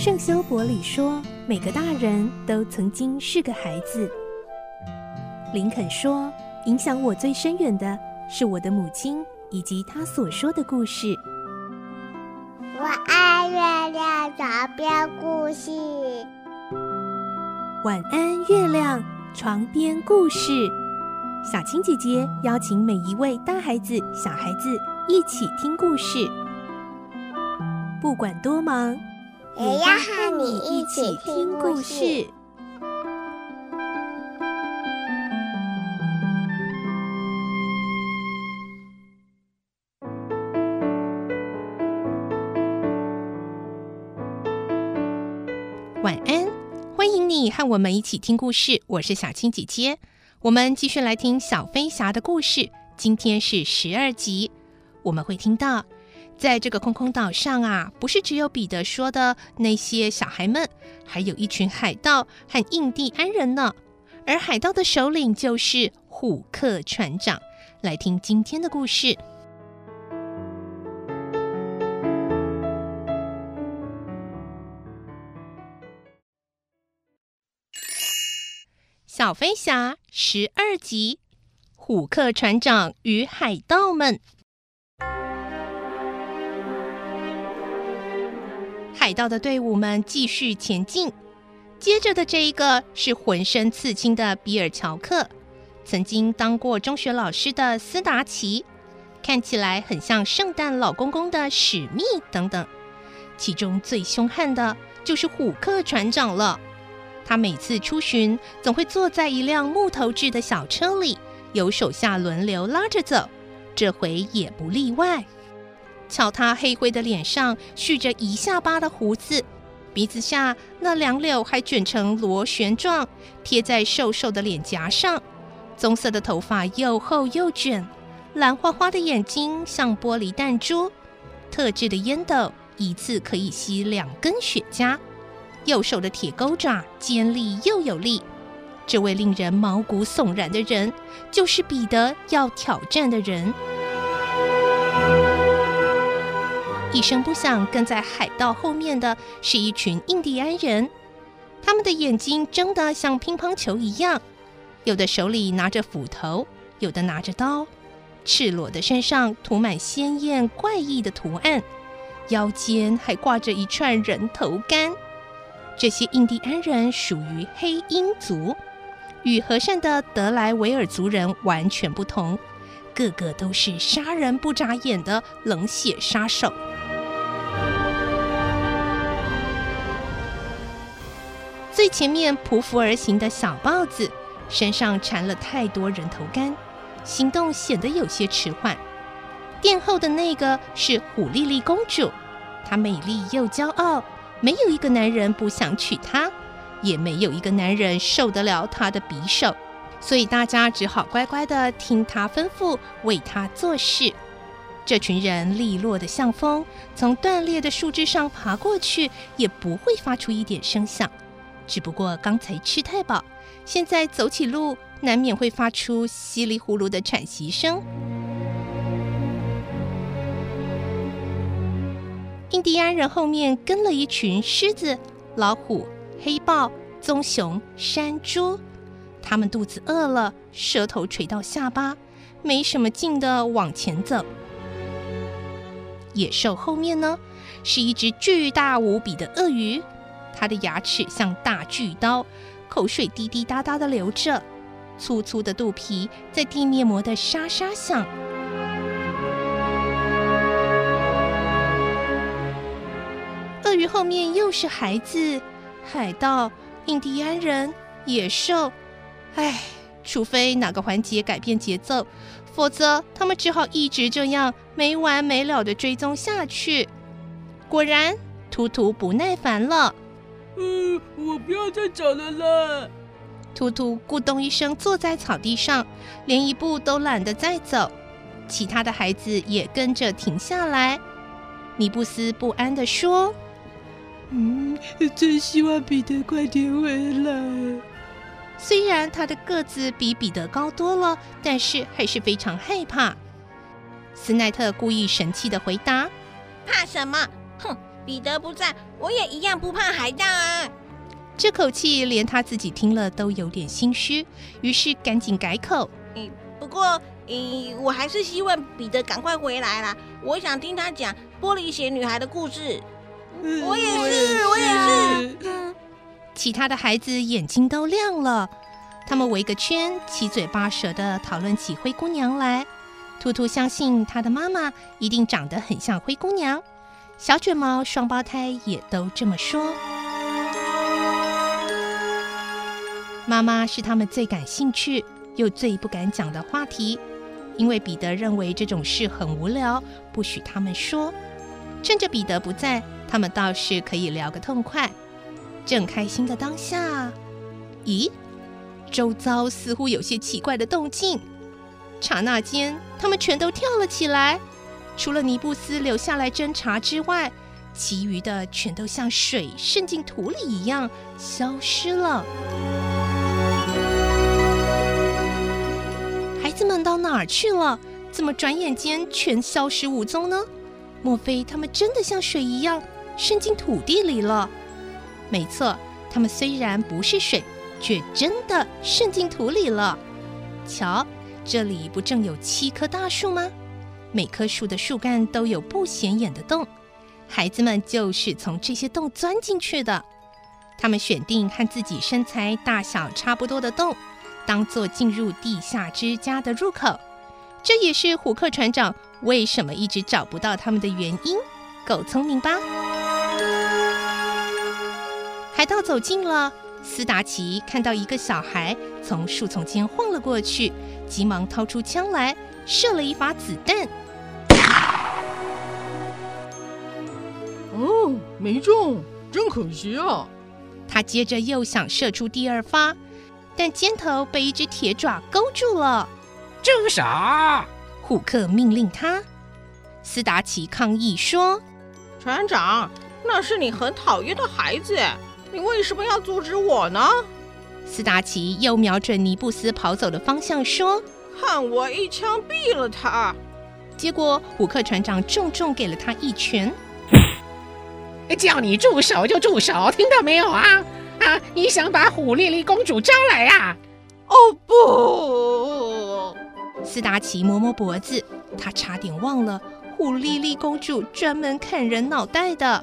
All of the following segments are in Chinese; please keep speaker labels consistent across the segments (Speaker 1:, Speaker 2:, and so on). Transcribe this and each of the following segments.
Speaker 1: 圣修伯里说，每个大人都曾经是个孩子。林肯说，影响我最深远的是我的母亲以及她所说的故事。
Speaker 2: 我爱月亮床边故事。
Speaker 1: 晚安，月亮床边故事。小青姐姐邀请每一位大孩子、小孩子一起听故事，不管多忙，
Speaker 2: 也要和你一起听故事。
Speaker 3: 晚安，欢迎你和我们一起听故事，我是小青姐姐。我们继续来听小飞侠的故事，今天是12集。我们会听到，在这个空空岛上啊，不是只有彼得说的那些小孩们，还有一群海盗和印第安人呢。而海盗的首领就是虎克船长。来听今天的故事。小飞侠12集，虎克船长与海盗们。海盗的队伍们继续前进，接着的这一个是浑身刺青的比尔乔克，曾经当过中学老师的斯达奇，看起来很像圣诞老公公的史密等等。其中最凶悍的就是虎克船长了。他每次出巡，总会坐在一辆木头制的小车里，由手下轮流拉着走，这回也不例外。瞧他黑灰的脸上蓄着一下巴的胡子，鼻子下那2绺还卷成螺旋状，贴在瘦瘦的脸颊上。棕色的头发又厚又卷，蓝花花的眼睛像玻璃弹珠，特制的烟斗一次可以吸2根雪茄。右手的铁钩爪尖利又有力，这位令人毛骨悚然的人，就是彼得要挑战的人。一声不响，跟在海盗后面的是一群印第安人，他们的眼睛睁得像乒乓球一样，有的手里拿着斧头，有的拿着刀，赤裸的身上涂满鲜艳怪异的图案，腰间还挂着一串人头杆。这些印第安人属于黑鹰族，与和善的德莱维尔族人完全不同，个个都是杀人不眨眼的冷血杀手。最前面匍匐而行的小豹子，身上缠了太多人头杆，行动显得有些迟缓。殿后的那个是虎莉莉公主，她美丽又骄傲，没有一个男人不想娶她，也没有一个男人受得了她的匕首，所以大家只好乖乖地听她吩咐，为她做事。这群人利落的像风，从断裂的树枝上爬过去，也不会发出一点声响。只不过刚才吃太饱，现在走起路难免会发出稀里呼噜的喘息声。印第安人后面跟了一群狮子、老虎、黑豹、棕熊、山猪，他们肚子饿了，舌头垂到下巴，没什么劲地往前走。野兽后面呢，是一只巨大无比的鳄鱼，它的牙齿像大巨刀，口水滴滴答答地流着，粗粗的肚皮在地面磨得沙沙响。鳄鱼后面又是孩子、海盗、印第安人、野兽，除非哪个环节改变节奏，否则他们只好一直这样没完没了地追踪下去。果然，图图不耐烦了。
Speaker 4: 我不要再找了啦！
Speaker 3: 图图咕咚一声坐在草地上，连一步都懒得再走。其他的孩子也跟着停下来。尼布斯不安地说：
Speaker 4: 真希望彼得快点回来。
Speaker 3: 虽然他的个子比彼得高多了，但是还是非常害怕。斯奈特故意神气地回答：
Speaker 5: 怕什么？哼， 彼得不在，我也一样不怕海盗啊。
Speaker 3: 这口气连他自己听了都有点心虚，于是赶紧改口。
Speaker 5: 不过，我还是希望彼得赶快回来啦。我想听他讲玻璃鞋女孩的故事。我也是。
Speaker 3: 其他的孩子眼睛都亮了，他们围个圈，七嘴八舌地讨论起灰姑娘来。兔兔相信她的妈妈一定长得很像灰姑娘，小卷毛双胞胎也都这么说。妈妈是他们最感兴趣又最不敢讲的话题，因为彼得认为这种事很无聊，不许他们说。趁着彼得不在，他们倒是可以聊个痛快。正开心的当下，咦，周遭似乎有些奇怪的动静。刹那间，他们全都跳了起来，除了尼布斯留下来侦查之外，其余的全都像水渗进土里一样消失了。孩子们到哪儿去了？怎么转眼间全消失无踪呢？莫非他们真的像水一样渗进土地里了？没错，他们虽然不是水，却真的渗进土里了。瞧，这里不正有7棵大树吗？每棵树的树干都有不显眼的洞，孩子们就是从这些洞钻进去的。他们选定和自己身材大小差不多的洞，当作进入地下之家的入口。这也是虎克船长为什么一直找不到他们的原因，够聪明吧？海盗走近了，斯达奇看到一个小孩从树丛间晃了过去，急忙掏出枪来，射了一发子弹。
Speaker 4: 哦，没中，真可惜啊！
Speaker 3: 他接着又想射出第2发，但肩头被一只铁爪勾住了。
Speaker 6: 住手！
Speaker 3: 虎克命令他。斯达奇抗议说：“
Speaker 5: 船长，那是你很讨厌的孩子，你为什么要阻止我呢？”
Speaker 3: 斯达奇又瞄准尼布斯跑走的方向说：“
Speaker 5: 看我一枪毙了他！”
Speaker 3: 结果虎克船长重重给了他一拳。
Speaker 6: 叫你住手就住手，听到没有啊？你想把虎莉莉公主招来啊？
Speaker 5: 哦不！
Speaker 3: 斯达奇摸摸脖子，他差点忘了虎莉莉公主专门砍人脑袋的。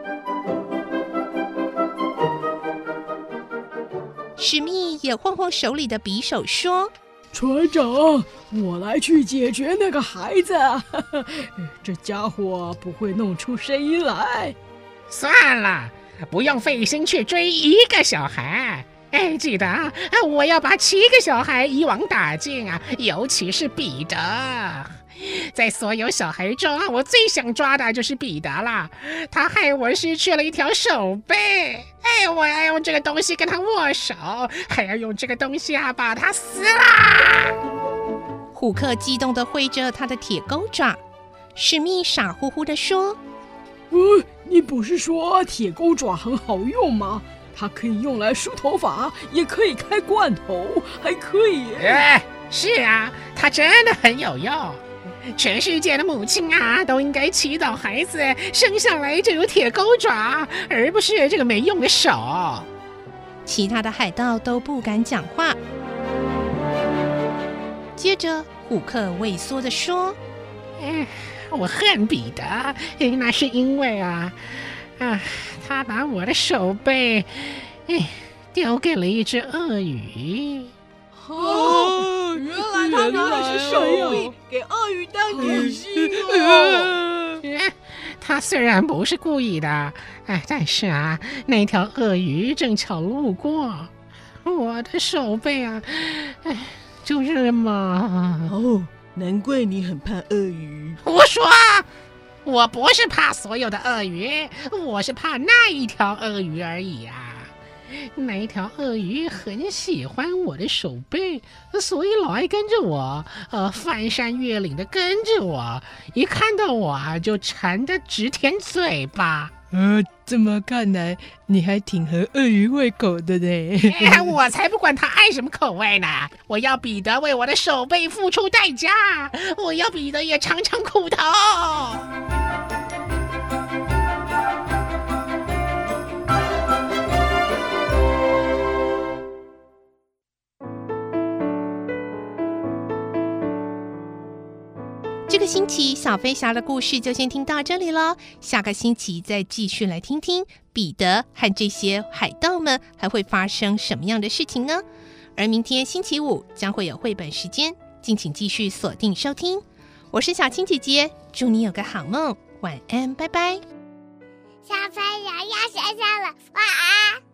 Speaker 3: 史密也晃晃手里的匕首说：“
Speaker 4: 船长，我来去解决那个孩子，这家伙不会弄出声音来。”
Speaker 6: 算了，不用费心去追一个小孩。记得我要把7个小孩一网打尽啊！尤其是彼得，在所有小孩中我最想抓的就是彼得啦。他害我失去了一条手背，我要用这个东西跟他握手，还要用这个东西把他撕啦！
Speaker 3: 虎克激动地挥着他的铁钩爪，史密傻乎乎地说：“
Speaker 4: 你不是说铁钩爪很好用吗？它可以用来梳头发，也可以开罐头，还可以……
Speaker 6: 是啊，它真的很有用。全世界的母亲都应该祈祷孩子生下来就有铁钩爪，而不是这个没用的手。”
Speaker 3: 其他的海盗都不敢讲话。接着虎克畏缩地说：“
Speaker 6: 我恨彼得，那是因为他把我的手背丢给了一只鳄鱼。”
Speaker 5: 原来他拿的是手臂给鳄鱼当点心哦。
Speaker 6: 他虽然不是故意的，但是那条鳄鱼正巧路过，我的手背就这么……
Speaker 5: 难怪你很怕鳄鱼。
Speaker 6: 胡说！我不是怕所有的鳄鱼，我是怕那一条鳄鱼而已啊。那一条鳄鱼很喜欢我的手背，所以老爱跟着我，翻山越岭的跟着我，一看到我就馋得直舔嘴巴。
Speaker 4: 这么看来你还挺合鳄鱼胃口的呢。
Speaker 6: 我才不管他爱什么口味呢，我要彼得为我的手背付出代价，我要彼得也尝尝苦头。
Speaker 3: 星期小飞侠的故事就先听到这里了，下个星期再继续来听听彼得和这些海盗们还会发生什么样的事情呢？而明天星期五将会有绘本时间，敬请继续锁定收听。我是小青姐姐，祝你有个好梦，晚安，拜拜。
Speaker 2: 小朋友要睡觉了，晚安。